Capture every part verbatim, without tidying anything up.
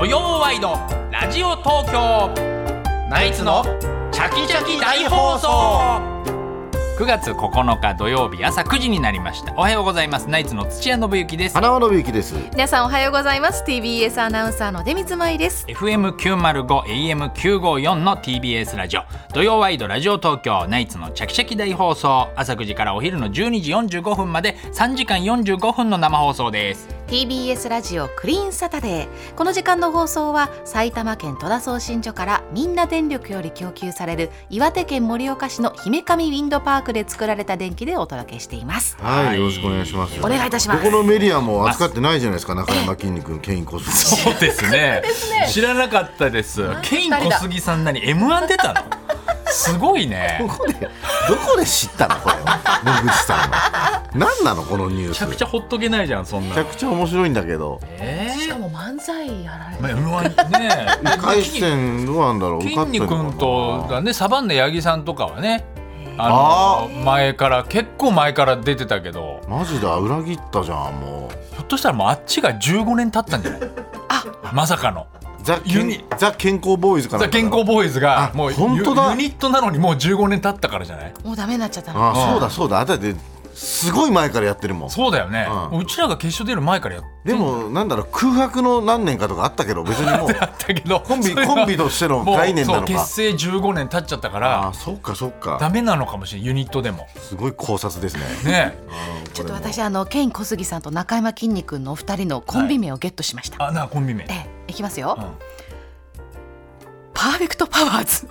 土曜ワイドラジオ東京ナイツのチャキチャキ大放送。くがつここのか土曜日朝くじになりました。おはようございます。ナイツの土屋信之です。 花輪信之です。 皆さんおはようございます。 ティービーエス アナウンサーの出光舞です。 エフエムきゅうまるご エーエムきゅうごよん の ティービーエス ラジオ土曜ワイドラジオ東京ナイツのチャキチャキ大放送。朝くじからお昼のじゅうにじよんじゅうごふんまでさんじかんよんじゅうごふんの生放送です。 ティービーエス ラジオクリーンサタデー。この時間の放送は埼玉県戸田送信所からみんな電力より供給される岩手県盛岡市の姫上ウィンドパークで作られた電気でお届けしています。 はい、はい、よろしくお願いします。 お願いいたします。 ここのメディアも扱ってないじゃないですか。中山きんに君、ケイン小杉。 そうですね知らなかったです。ケイン小杉さん何 エムワン 出たのすごいね。 どこでどこで知ったのこれ野口さんは。何なのこのニュース。 めちゃくちゃほっとけないじゃんそんな。 めちゃくちゃ面白いんだけど、 えー、しかも漫才やられてる、 まあ、エムワン ね回戦どうなんだろう。 筋肉君とだね、サバンナ八木さんとかはね、あの前から結構前から出てたけど。 マジだ、裏切ったじゃん。もうひょっとしたらもうあっちがじゅうごねん経ったんじゃないあまさかのザ・健康ボーイズかな。 ザ・健康ボーイズがもう本当だユニットなのにもうじゅうごねん経ったからじゃない。 もうダメになっちゃったの。 あ、そうだそうだ。あたですごい前からやってるもん。 そうだよね、 うん、 うちらが決勝出る前からやってでもなんだろう、空白の何年かとかあったけど別にもうあったけどコンビコンビとしての概念なのか。 そう結成じゅうごねん経っちゃったから。 あ、そっかそっか。 ダメなのかもしれない。ユニットでもすごい考察ですね。 ねちょっと私あのケイン小杉さんと中山きんに君のお二人のコンビ名をゲットしました。 はい、あなコンビ名。 ええ、いきますよ、うん、パーフェクトパワーズ。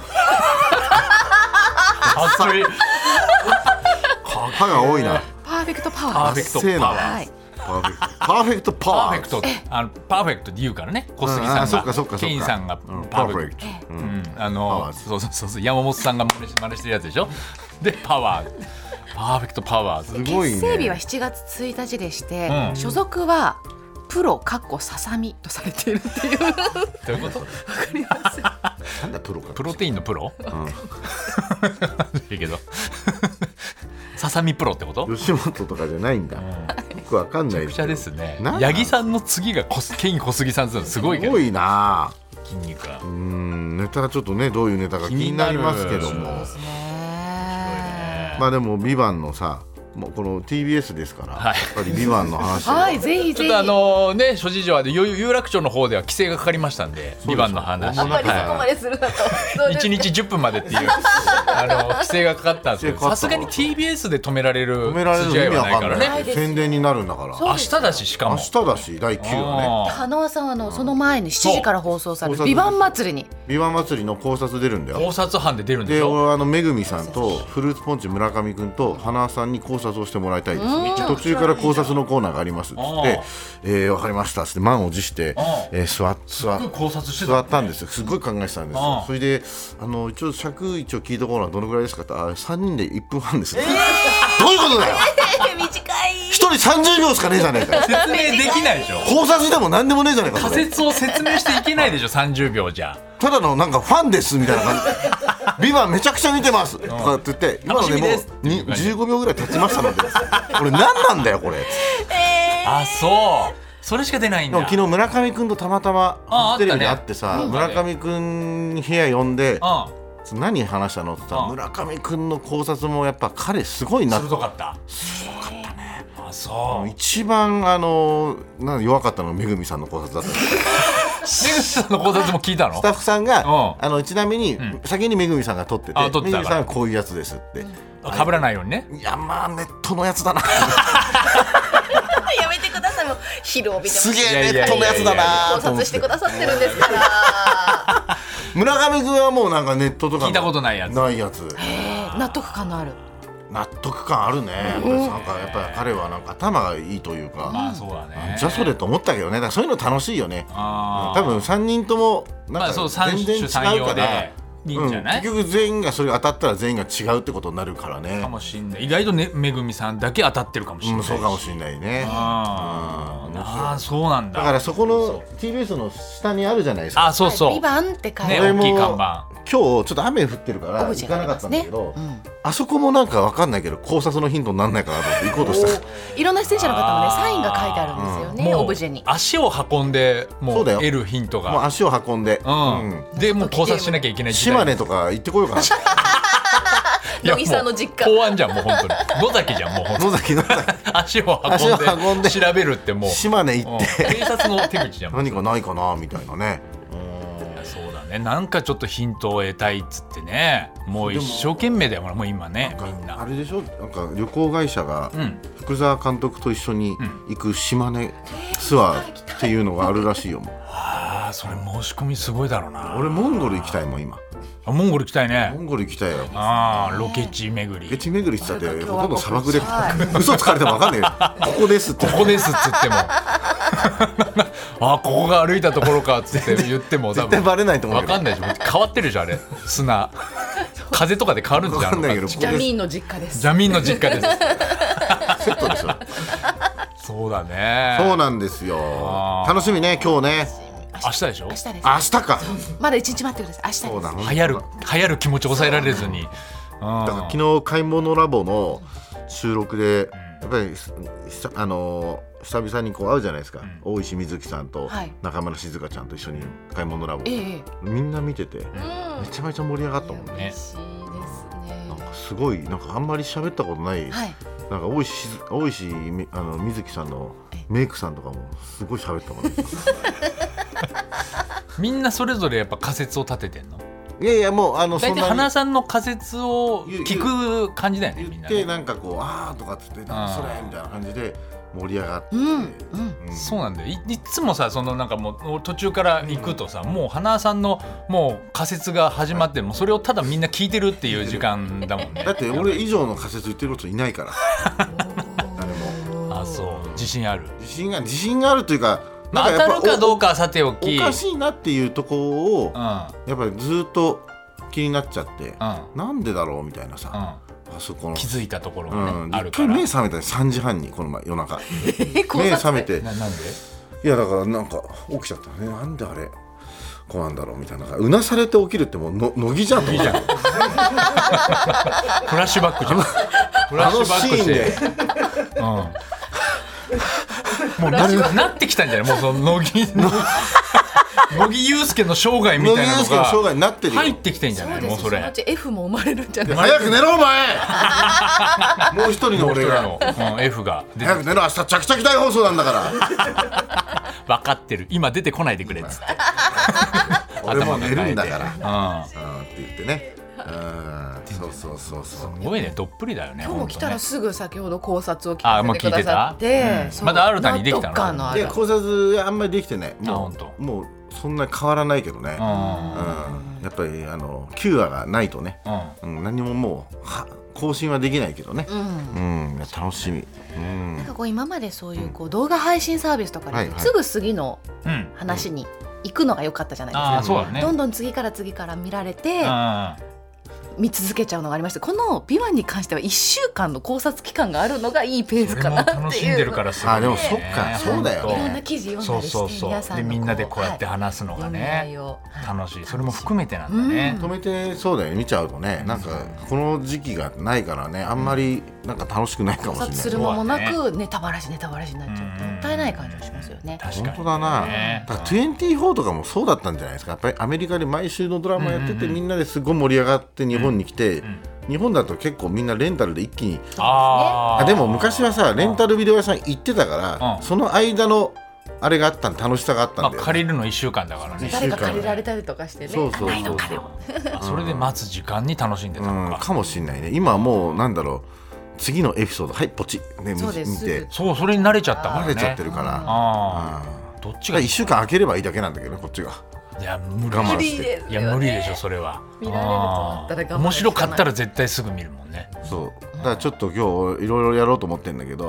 熱い歯が多いな。 パーフェクトパワー。 パーフェクトパワー、はい、 パーフェクトパーフェクトパワー。 パーフェクト、あのパーフェクトって言うからね、小杉さんが。 そっかそっかそっか。 ケインさんがパーフェクト、うん、あのそうそうそう、山本さんが真似し真似してるやつでしょ。でパワー、パーフェクトパワーズ。 すごいね。 結成日はしちがつついたちでして、うん、所属はプロかっこささみとされているっていう。どういうこと？わかります。 なんだプロか。 プロテインのプロ？うん。いいけど。ささみプロってこと？ 吉本とかじゃないんだ。よくわかんない。 めちゃくちゃですね。八木さんの次がケイン小杉さんってすごいけど。 すごいな。 筋肉が。 うん、ネタがちょっとね、どういうネタか気になりますけども。そうですね。まあでもビバンのさ。もうこの ティービーエス ですから、はい、やっぱりビバンの話はい、ぜひぜひ。 ちょっとあのね、諸事情はで有楽町の方では規制がかかりましたんで、ビバンの話あんまりそこまでするなといちにちじゅっぷんまでっていうあの規制がかかったんですけど、さすがに ティービーエス で止められる筋合いはないからね。 宣伝になるんだから。 明日だし、しかも明日だしだいきゅうはね。 花輪さんはあのその前にしちじから放送されるビバン祭りに、 ビバン祭りの考察出るんだよ。 考察班で出るんでしょ。 で、俺あのめぐみさんとフルーツポンチ村上くんと花輪さんに考察をしてもらいたい。途中から考察のコーナーがありますっつって、えー、分かりましたっつって満を持して、えー、座, 座, 座ったんですよ。すごい考えてたんですよ。それであの一応尺一応聞いたコーナーどのぐらいですかって、あさんにんでいっぷんはんです、えー、どういうことだよ。 短い。 ひとりさんじゅうびょうしかねえじゃねえかよ。 説明できないでしょ。 考察でも何でもねえじゃねえか。 仮説を説明していけないでしょさんじゅうびょうじゃ。 ただのなんかファンですみたいな感じ。ビバンめちゃくちゃ見てますとかって言って、今のでもうじゅうごびょうぐらい経ちましたので、これ何なんだよこれ。 えー、あ、そうそれしか出ないんだ。 でも昨日村上くんとたまたまテレビで会ってさ、ね、村上くんに部屋呼んで、ああ何話したのって言ったら、村上くんの考察もやっぱ彼すごいな。 鋭かった鋭かったね。 あ、そう一番あのなん弱かったのがめぐみさんの考察だった。 めぐみさんの考察も聞いたの。 スタッフさんが、 うん、 あのちなみに、うん、先にめぐみさんが撮ってて、めぐみさんはこういうやつですって、 かぶらないようにね。 いや、まあネットのやつだな。 やめてください。もう疲労びてます。 すげえネットのやつだな。 考察してくださってるんですから。 村上君はもうなんかネットとか聞いたことないやつ。 ないやつ。 納得感のある。 納得感あるね。なんかやっぱり彼はなんか頭がいいというか。 まあそうだね。 じゃあそれと思ったけどね。だからそういうの楽しいよね。多分さんにんともなんか全然違うから。いいんじゃない、うん、結局全員がそれが当たったら全員が違うってことになるからね。 かもしんない。意外とね、めぐみさんだけ当たってるかもしれない、うん、 そうかもしれないね。 あ、うん、あ、そうなんだ。 だからそこの ティービーエス の下にあるじゃないですか。 あ、そうそう。 ビバンって書いて、 ね、大きい看板。 ちょっと雨降ってるから行かなかったんだけど、ねうん、あそこもなんか分かんないけど考察のヒントにならないかなと思って行こうとしたいろんな出演者の方もねサインが書いてあるんですよね、うん、オブジェに足を運んでもう得るヒントがもう足を運んで、 うんうん、でもう考察しなきゃいけない島根とか行ってこようかな野木さんの実家公安じゃんもう本当に野崎じゃんもう本当に野崎野崎足を運んで調べるってもう島根行って、 うん、警察の手口じゃん何かないかなみたいなねそうだねなんかちょっとヒントを得たいっつってねもう一生懸命だよもう今ねみんなあれでしょなんか旅行会社が福澤監督と一緒に行く島根ツアーっていうのがあるらしいよもうああそれ申し込みすごいだろうな俺モンゴル行きたいもん今あモンゴル行きたいねモンゴル行きたいよああロケ地巡りロケ地巡りって言ったってほとんど砂漠で嘘つかれても分かんないよここですってここですっつってもあここが歩いたところかっつって言っても絶対バレないと思うけど分かんないでしょ変わってるじゃんあれ砂風とかで変わるんじゃん分かんないけどジャミーンの実家ですジャミーンの実家ですセットでしょそうだねそうなんですよ楽しみね今日ね明日でしょ明日です明日かまだ一日待ってください明日ですそうだ流行る流行る気持ち抑えられずにだから昨日買い物ラボの収録でやっぱりあの久々にこう会うじゃないですか、うん、大石瑞希さんと中村静香ちゃんと一緒に買い物ラボ、ええ、みんな見てて、うん、めちゃめちゃ盛り上がったもんね。 嬉しいですね。 なんかすごいなんかあんまり喋ったことない、はい、なんか大石大石あの瑞希さんのメイクさんとかもすごい喋ったもんね。 みんなそれぞれやっぱ仮説を立ててんの？ いやいやもうあの大体花さんの仮説を聞く感じだよね。 言みんなってなんかこうあーとかつってなんかそれみたいな感じで盛り上がって、 うんうんうん、そうなんだよ い, いつもさそのなんかもう途中から行くとさ、うん、もう花さんのもう仮説が始まって、はい、もうそれをただみんな聞いてるっていう時間だもんね。 だって俺以上の仮説言ってることいないから誰も。あそう自信ある自信が自信があるというかなんかやっぱ当たるかどうかはさておきおかしいなっていうところを、うん、やっぱりずっと気になっちゃって、うん、なんでだろうみたいなさ、うん、あそこの気づいたところが、ねうん、あるから目覚めたらさんじはんにこの前夜中目覚めてななんでいやだからなんか起きちゃったねなんであれこうなんだろうみたいなうなされて起きるってもうの乃木じゃんと思ってフラッシュバックじゃんフラッシュバックしてうんもう な, なってきたんじゃないもうその乃木の乃木憂介の生涯みたいなのが入ってきてんじゃない？もうそれ。 そのうち F も生まれるんじゃない？ 早く寝ろお前。もう一人の俺がの、うん、F が早く寝ろ明日チャキチャキ大放送なんだから分かってる今出てこないでくれっつって俺も寝るんだから、うん、って言ってねうんそうそうそうそうすごいねどっぷりだよね。 今日も来たらすぐ先ほど考察を聞かせてくださって、 うん、まだ新たにできたの？ いや考察あんまりできてないもうもうそんなに変わらないけどね、うん、やっぱりあのきゅうわがないとね、うんうん、何ももうは更新はできないけどね、うんうん、楽しみ、うん、 なんかこう今までそういうこう動画配信サービスとかで、はいはい、すぐ次の話に行くのが良かったじゃないですか、 あ、そうだね、 どんどん次から次から見られて見続けちゃうのがありました。このビワンに関してはいっしゅうかんの考察期間があるのがいいペースかなっていう。 楽しんでるからすごい、ね、 あでもそっかそうだよね。 いろんな記事読んだりして、そうそうそう、 皆さんのでみんなでこうやって話すのがね、はい、楽しい。それも含めてなんだね、 うん、止めてそうだよね見ちゃうとね、なんかこの時期がないからねあんまりなんか楽しくないかもしれない。 考察する間もなくネタバラシネタバラシになっちゃうともったいない感じがしますよね。 確かに、ね、本当だな。だからにじゅうよんとかもそうだったんじゃないですか。やっぱりアメリカで毎週のドラマやってて、うんうんうん、みんなですごい盛り上がって日本に来て、うんうん、日本だと結構みんなレンタルで一気にああでも昔はさレンタルビデオ屋さん行ってたから、うん、その間のあれがあったん楽しさがあったんだよ、ね、 まあ、借りるのいっしゅうかんだからね。 誰か借りられたりとかしてね。 そうそうそうそうあそれで待つ時間に楽しんでたのか、 うん、かもしれないね。今はもうなんだろう次のエピソードはいポチ、ね、 そうです見てそうそれに慣れちゃったからね。 慣れちゃってるから、 あどっちがいっしゅうかん空ければいいだけなんだけどねこっちが。 いや無理ですよ、ね、いや無理でしょそれは。 見られると思ったら我慢面白かったら絶対すぐ見るもんね。 そうだからちょっと今日いろいろやろうと思ってるんだけど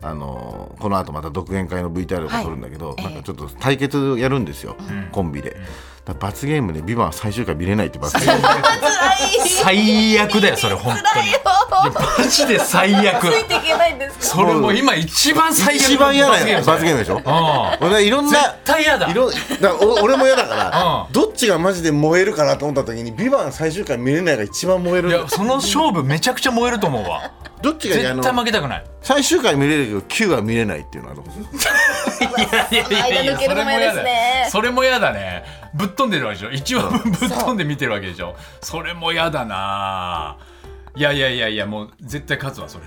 あのこの後また独演会の ブイティーアール を撮るんだけど、 はい、 なんかちょっと対決やるんですよ、うん、コンビで、うん、だ罰ゲームでビバン最終回見れないって罰ゲーム最悪だよそれ本当に。いやマジで最悪。 ついていけないんですか。 それも今一番最悪一番嫌な罰ゲームでしょ。俺いろんな絶対嫌だ。 いろだから俺も嫌だからどっちがマジで燃えるかなと思った時にビバン最終回見れないが一番燃える。 いやその勝負めちゃくちゃ燃えると思うわ。 どっちが絶対負けたくない。 最終回見れるけどきゅうは見れないっていうのはどういやいやいやいや、それも嫌だね。それも嫌だね。ぶっ飛んでるわけでしょ。いちわぶんぶっ飛んで見てるわけでしょ。それも嫌だな。いやいやいやいや、もう絶対勝つわそれ。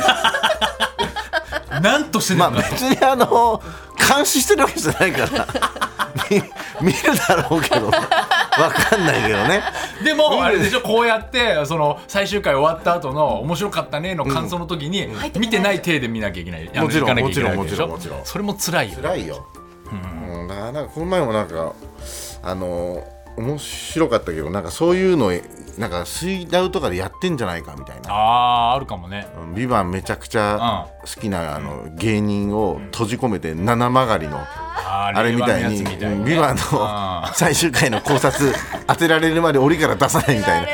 なんとしてでもまあ別にあの監視してるわけじゃないから見るだろうけど分かんないけどね。 でもあれでしょ、こうやってその最終回終わった後の面白かったねの感想の時に、うん、見てない体で見なきゃいけない。 もちろんもちろんもちろんもちろん。それも辛いよ。 辛いよ。うん、だからなんかこの前もなんかあの面白かったけどなんかそういうのなんか水ダウとかでやってんじゃないかみたいな。 あーあるかもね。 ビバンめちゃくちゃ好きなあの芸人を閉じ込めて七曲りのあれみたいにビバンの最終回の考察当てられるまで檻から出さないみたいな。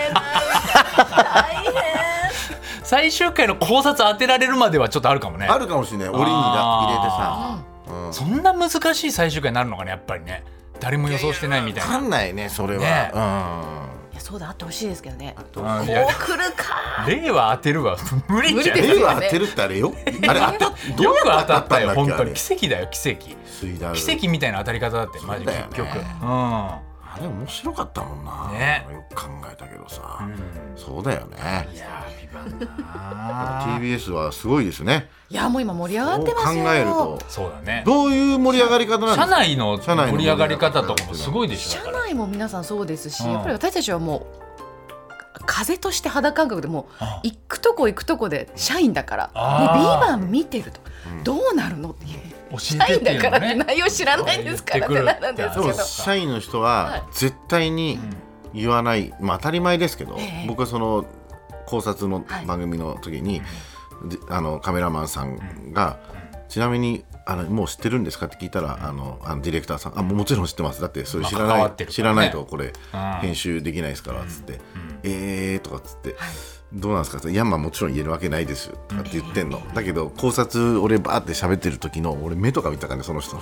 最終回の考察当てられるまではちょっとあるかもね。 あるかもしれない。檻に入れてさ、 うん、そんな難しい最終回になるのかねやっぱりね。誰も予想してないみたいな。 分かんないねそれは、 ね、 うん、 いやそうだあってほしいですけどね。こう来るか。 例は当てるわ無理じゃん。 例は当てるってあれよ。あれ当たよく当たったよ本当に。奇跡だよ奇跡。奇跡みたいな当たり方だってマジで結局。うん。 あれ面白かったもんな。ね。よく考えたけどさ。うん、そうだよね。 いやビバンな。 ティービーエス はすごいですね。 いやもう今盛り上がってますよ。 考えるとそうだね。 どういう盛り上がり方なんですか。 社内の盛り上がり方とかもすごいでしょ。 社内も皆さんそうですし、うん、やっぱり私たちはもう風として肌感覚でもう行くとこ行くとこで社員だからもうビーバン見てると、うん、どうなるのっていう。 教えてっていうのね、 社員だからって内容知らないんですからってなるんですけど。 社員の人は絶対に言わない、まあ当たり前ですけど、えー、僕はその考察の番組の時に、はい、あのカメラマンさんが、うん、ちなみにあのもう知ってるんですかって聞いたら、うん、あのあのディレクターさんあもちろん知ってますだってそれ知らない、まあね、知らないとこれ、うん、編集できないですからっつって、うん、えーとかっつって、はい、どうなんですかヤンマもちろん言えるわけないですとかって言ってんの、うん、だけど考察俺バーって喋ってる時の俺目とか見たからねその人の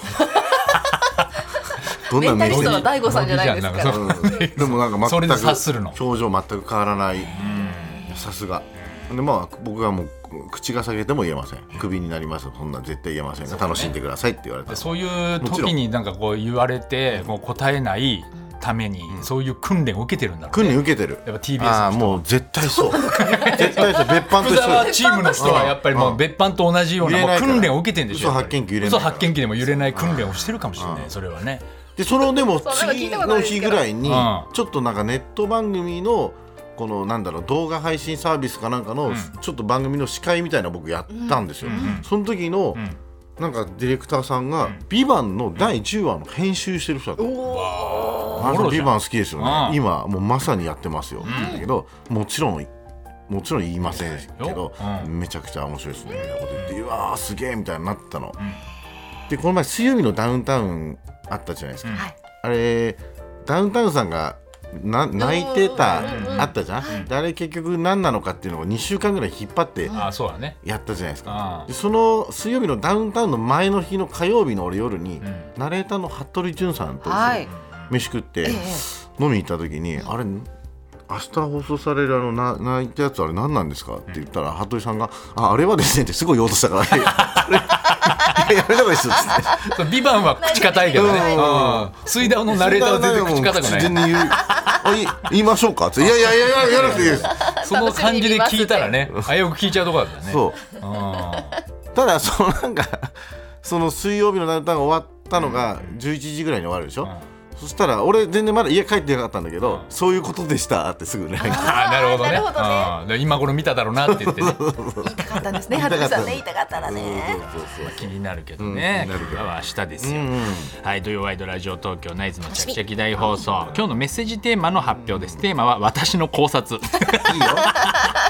どんな目してるの大悟さんじゃないですか、 うん、でもなんか全く表情全く変わらない。さすがで、まあ、僕はもう口が下げても言えません。クビになりますそんな絶対言えませんが、楽しんでくださいって言われた。 そういう時になんかこう言われてこう答えないために、うん、そういう訓練を受けてるんだろうね。 訓練受けてる。 やっぱ ティービーエス の人はもう絶対そう絶対そう別班としてはチームの人はやっぱりもう別班と同じようなもう訓練を受けてるんでしょ。 嘘発見器揺れない嘘発見器でも揺れない訓練をしてるかもしれない。それはね。 でそのでも次の日ぐらいにちょっとなんかネット番組のこのなんだろう動画配信サービスかなんかのちょっと番組の司会みたいな僕やったんですよ、うん、その時のなんかディレクターさんが「ビバンのだいじゅうわの編集してる人だった。「ビバン好きですよね今もうまさにやってますよ」って言うんだけど、もちろんもちろん言いませんけど、めちゃくちゃ面白いですねみたいなこと言って「うわーすげえ」みたいになったの、でこの前水曜日のダウンタウンあったじゃないですか、あれダウンタウンさんがな泣いてたあったじゃん、うん、であれ結局何なのかっていうのをにしゅうかんぐらい引っ張ってやったじゃないですか。でその水曜日のダウンタウンの前の日の火曜日の俺夜に、うん、ナレーターの服部潤さんと飯食って、はい、飲みに行った時に、うん、あれ明日放送されるあのな泣いたやつあれ何なんですかって言ったら、うん、服部さんが あ, あれはですねってすごい言おうとしたからやめた方がいいですよっつって。 ビバンは口堅いけどね、水ダウのナレーターは全然口堅くない。 全然言うあ言いましょうかって。いやいやいややらなくていいです。 その感じで聞いたらね、危うく聞いちゃうところだったね。 そうただそのなんかその水曜日のダウンタウンが終わったのがじゅういちじぐらいに終わるでしょ、うん、そしたら俺全然まだ家帰ってなかったんだけど、うん、そういうことでしたってすぐね。 あなるほどね。なるほどね。今頃見ただろうなって言ってね。 言いたかったんですね。ハルさんね言いたかったらね。 気になるけどね。うん、明日ですよ。うんうん、はい土曜ワイドラジオ東京ナイツのチャキチャキ大放送。今日のメッセージテーマの発表です。テーマは私の考察。いいよ。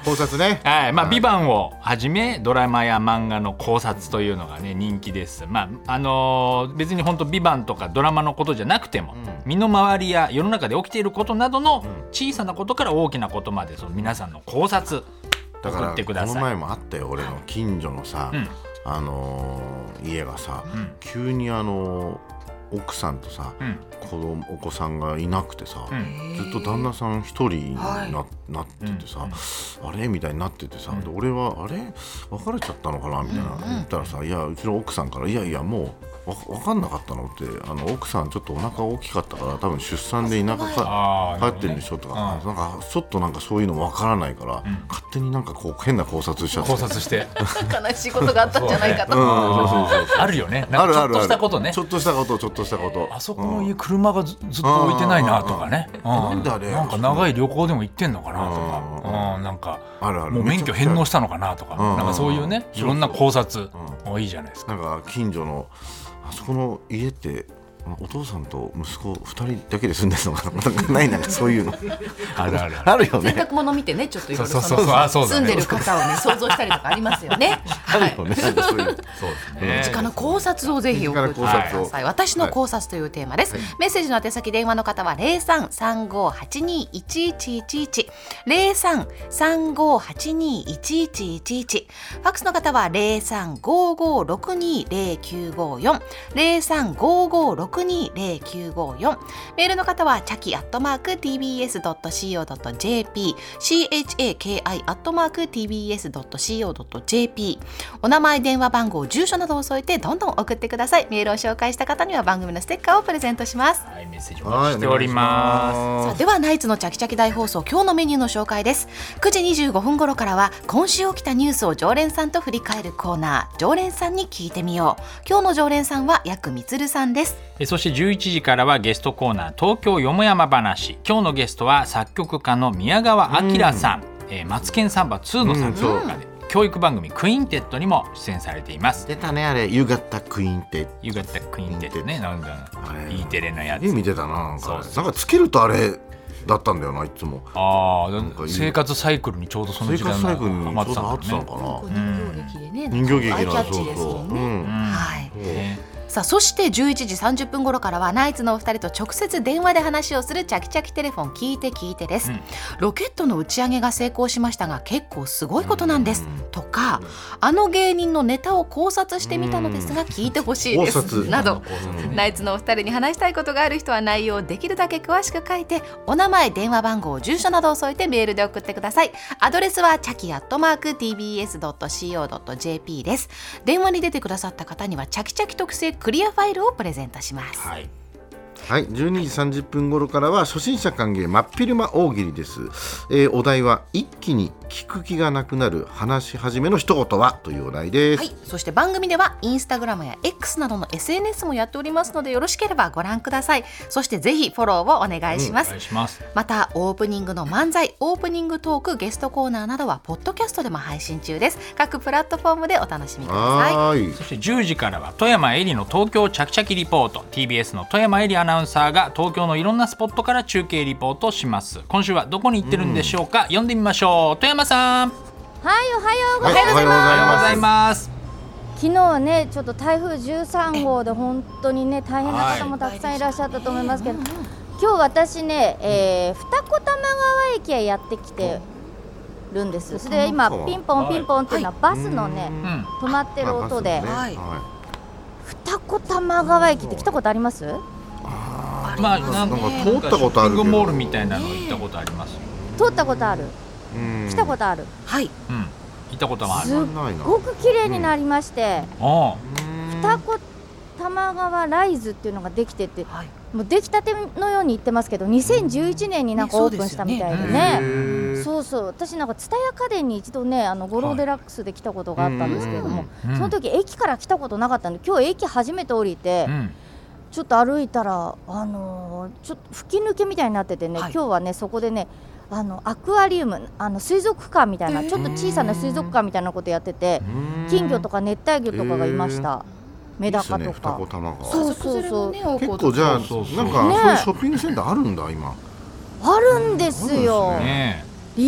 考察ね。 はい、まあ、 はいビバンをはじめドラマや漫画の考察というのがね人気です。まああのー別に本当ビバンとかドラマのことじゃなくても、 うん身の回りや世の中で起きていることなどの小さなことから大きなことまでその皆さんの考察だから送ってください。 この前もあったよ、俺の近所のさ、 うんあのー家がさ、 うん急にあのー奥さんとさ、 うん子供お子さんがいなくてさ、 うんずっと旦那さん一人にな,、 はいなっててさ、 うんあれみたいになっててさ、 うんで俺はあれ別れちゃったのかなみたいな、 うん言ったらさ、いやうちの奥さんからいやいやもうわ分かんなかったのってあの奥さんちょっとお腹大きかったから多分出産で田舎あーか帰ってるんでしょとか、 うんなんかちょっとなんかそういうの分からないから、 うん勝手になんかこう変な考察しちゃって考察して悲しいことがあったんじゃないかと、 うんそうそうそうあるよね。なんかちょっとしたことね。 ちょっとしたことちょっとしたことあそこの家車がずずっと置いてないなとかね。うんなんであれなんか長い旅行でも行ってんのかなとか、 うんうんなんかあるあるもう免許返納したのかなとか、 うんなんかそういうねいろんな考察うもいいじゃないですか。 なんか近所のあそこの家ってお父さんと息子ふたりだけで住んでるのかななんかないなんかそういうのあるあるあるよね洗濯物見てねちょっといろいろそうそうそうあそうだね住んでる方をね想像したりとかありますよね。はいあるよねなんかそういうのそうですね。 身近な考察をぜひ送ってくだ身近な考察をさい。私の考察というテーマです。メッセージの宛先電話の方はゼロさん さんごはちに いちいちいちいち ゼロさん さんごはちに いちいちいちいち、ファックスの方はゼロさん ごごろくに ゼロきゅうごよん ゼロさん ごごろくに ゼロきゅうごよん、メールの方はチャキアットマーク ティービーエスドットシーオードットジェーピー チャキ アットマーク ティービーエスドットシーオードットジェーピー、お名前電話番号住所などを添えてどんどん送ってください。メールを紹介した方には番組のステッカーをプレゼントします。 はいメッセージお待ちしております。 さあではナイツのチャキチャキ大放送今日のメニューの紹介です。くじにじゅうごふん頃からは今週起きたニュースを常連さんと振り返るコーナー、常連さんに聞いてみよう。今日の常連さんはやくみつるさんです。 えそしてじゅういちじからはゲストコーナー東京よもやま話。今日のゲストは作曲家の宮川明さん、えーマツケンサンバツーの作曲家で、教育番組クインテットにも出演されています。 出たねあれ夕方クイーンって夕方クインテットね、なんだあれ E テレのやつ。 家見てたななんかそうそうなんかつけるとあれだったんだよないつもああなんかいい生活サイクルにちょうどその生時代活サイクルにちょうハマってたど合ってたのんだね。 かな人形劇でね、 人形劇アイキャッのそうチですもんね。 そううんはい。 ねさあそしてじゅういちじさんじゅっぷん頃からはナイツのお二人と直接電話で話をするチャキチャキテレフォン聞いて聞いてです、 うんロケットの打ち上げが成功しましたが結構すごいことなんです、とかあの芸人のネタを考察してみたのですが聞いてほしいです考察など、 うんナイツのお二人に話したいことがある人は内容をできるだけ詳しく書いてお名前電話番号住所などを添えてメールで送ってください。アドレスはチャキアットマーク ティービーエスドットシーオードットジェーピー です。電話に出てくださった方にはチャキチャキ特製クリアファイルをプレゼントします。 はいはい、じゅうにじさんじゅっぷん頃からは初心者歓迎真っ昼間大喜利です、えーお題は一気に聞く気がなくなる話し始めの一言はというお題です、 はい、そして番組ではインスタグラムや X などの エスエヌエス もやっておりますのでよろしければご覧ください。そしてぜひフォローをお願いします、 お願いします。 またオープニングの漫才、オープニングトーク、ゲストコーナーなどはポッドキャストでも配信中です。各プラットフォームでお楽しみください。 はーいそしてじゅうじからは富山えりの東京チャキチャキリポート。 ティービーエス の富山えりアナウンサーが東京のいろんなスポットから中継リポートします。今週はどこに行ってるんでしょうか、読んでみましょう。富山さん、 はい、おはようごはいざいます。 おはようございおはようございまます。 昨日はね、ちょっと台風じゅうさんごうで本当にね大変な方もたくさんいらっしゃったと思いますけど、今日私ね、えー、二子玉川駅へやってきてるんです。それで今ピンポンピンポンっていうのはバスのね、 うん止まってる音で、 はい二子玉川駅って来たことあります？ まあなんかなんか通ったことあるけどショッピングモールみたいなの行ったことありますよ。 通ったことある？ うん来たことある？ はい、 うん、行ったこともある。 すっないなごく綺麗になりまして、 おう二子玉川ライズっていうのができてて、 はい、 もう出来たてのように言ってますけど、にせんじゅういちねんになんかオープンしたみたいでね。そうそう、私なんか蔦屋家電に一度ね、あのゴローデラックスで来たことがあったんですけれども、 うんその時駅から来たことなかったんで、今日駅初めて降りて、 うんちょっと歩いたら、あのーちょっと吹き抜けみたいになっててね、 はい今日はねそこでね、あのアクアリウム、あの水族館みたいな、ちょっと小さな水族館みたいなことやってて、金魚とか熱帯魚とかがいました。メダカとか。 二子玉川そうそうそう、 結構じゃあそうそうそうなんかねそういうショッピングセンターあるんだ今あるんですよ。 ね立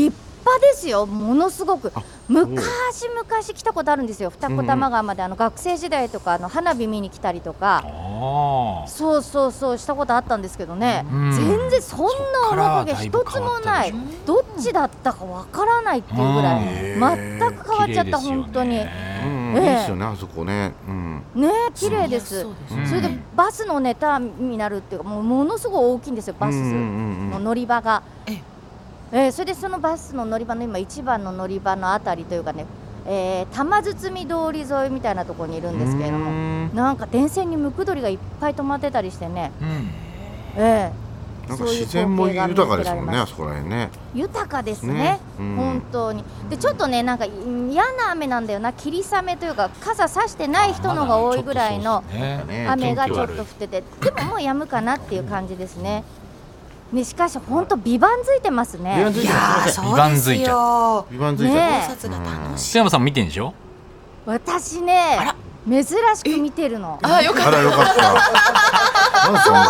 パですよ、ものすごく昔昔来たことあるんですよ、二子玉川まで、あの学生時代とかあの花火見に来たりとか、そうそうそうしたことあったんですけどね、全然そんな面影一つもない、どっちだったかわからないっていうぐらい全く変わっちゃった、本当に。 いいですよね、あそこね。 ね、綺麗です。それでバスのねターミナルっていうか、もうものすごい大きいんですよ、バスの乗り場が。えー、それでそのバスの乗り場の今一番の乗り場のあたりというかね、えー、玉包通り沿いみたいなところにいるんですけれども、なんか電線にムクドリがいっぱい止まってたりしてね、うん、えー、 なんか自然も豊かですもんね、あそこら辺ね。 豊かですね、ね、うん、本当に。でちょっとね、なんか嫌な雨なんだよな、霧雨というか傘さしてない人のが多いぐらいの雨がちょっと降ってて、でももう止むかなっていう感じですね。ね、しかし本当ビバン付いてますね。 いやー、そうですよ。 ビバン付いてます。 須山さん見てんでしょ。 私ね、珍しく見てるの。 あ、よかった。 よかった。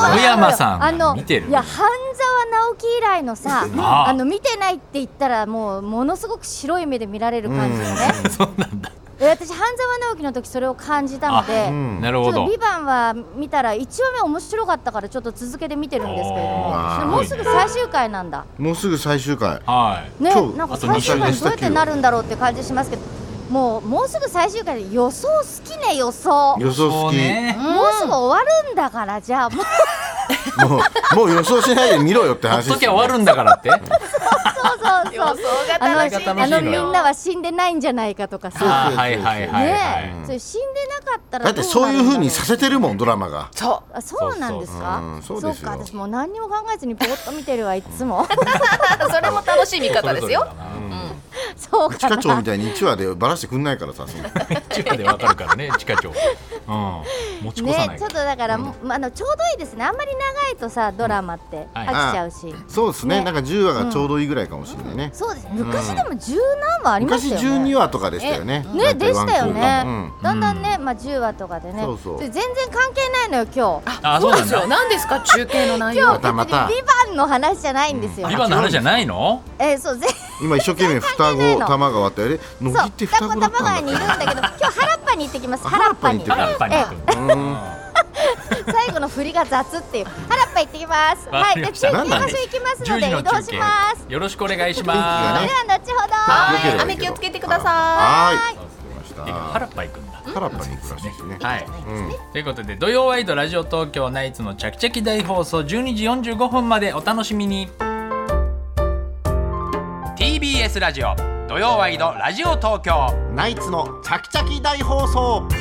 須山さん見てる。 いや、半沢直樹以来のさ、あの見てないって言ったらもうものすごく白い目で見られる感じのね。 そうなんだ。 私半沢直樹の時それを感じたので、 なるほど。 ビバンは見たらいちわめ面白かったからちょっと続けて見てるんですけれども、もうすぐ最終回なんだ。 もうすぐ最終回。 はい。 ね、なんか最終回どうやってなるんだろうって感じしますけど、もうもうすぐ最終回で予想好きね、予想。 予想好き。 もうすぐ終わるんだから、じゃあもうもうもう予想しないで見ろよって話です。 ほっときゃ終わるんだからって。 そうそうそう。あのあのみんなは死んでないんじゃないかとかさ。 はいはいはい。 ね、それ死んでなかったらだってそういう風にさせてるもん、ドラマが。 そう。そうなんですか。そうか、私もう何にも考えずにポーッと見てるわ、いつも。 それも楽しい見方ですよ。 そうかな。 地下町みたいにいちわでバラしてくんないからさ。 いちわでわかるからね、地下町。持ち越さない。 ね、ちょっとだからあのちょうどいいですね。あんまり長いとさ、ドラマって飽きちゃうし。 そうですね。なんかじゅうわがちょうどいいぐらいかもしれないね。 そうです。昔でも十何話ありましたよね。 昔じゅうにわとかでしたよね。 ね、でしたよね。だんだんね、まあじゅうわとかでね。そうそう。全然関係ないのよ今日。 あ、そうですよ。 何ですか、中継の内容。 今日またビバンの話じゃないんですよ。 ビバンの話じゃないの？ え、そう。 今一生懸命双子玉川ってあれ、乃木って双子だったんだ。 玉川にいるんだけど、今日原っぱに行ってきます。原っぱに。 原っぱに行く。 最後の振りが雑っていう。原っぱ行ってきます。はい。で、中継場所行きますので移動します。 よろしくお願いします。 それでは後ほど。 はい。雨気をつけてください。 はい。 原っぱ行くんだ。 原っぱに行くらしいですね。 はい。ということで、土曜ワイドラジオ東京ナイツのチャキチャキ大放送じゅうにじよんじゅうごふんまでお楽しみに。ティービーエス ラジオ土曜ワイドラジオ東京ナイツのチャキチャキ大放送。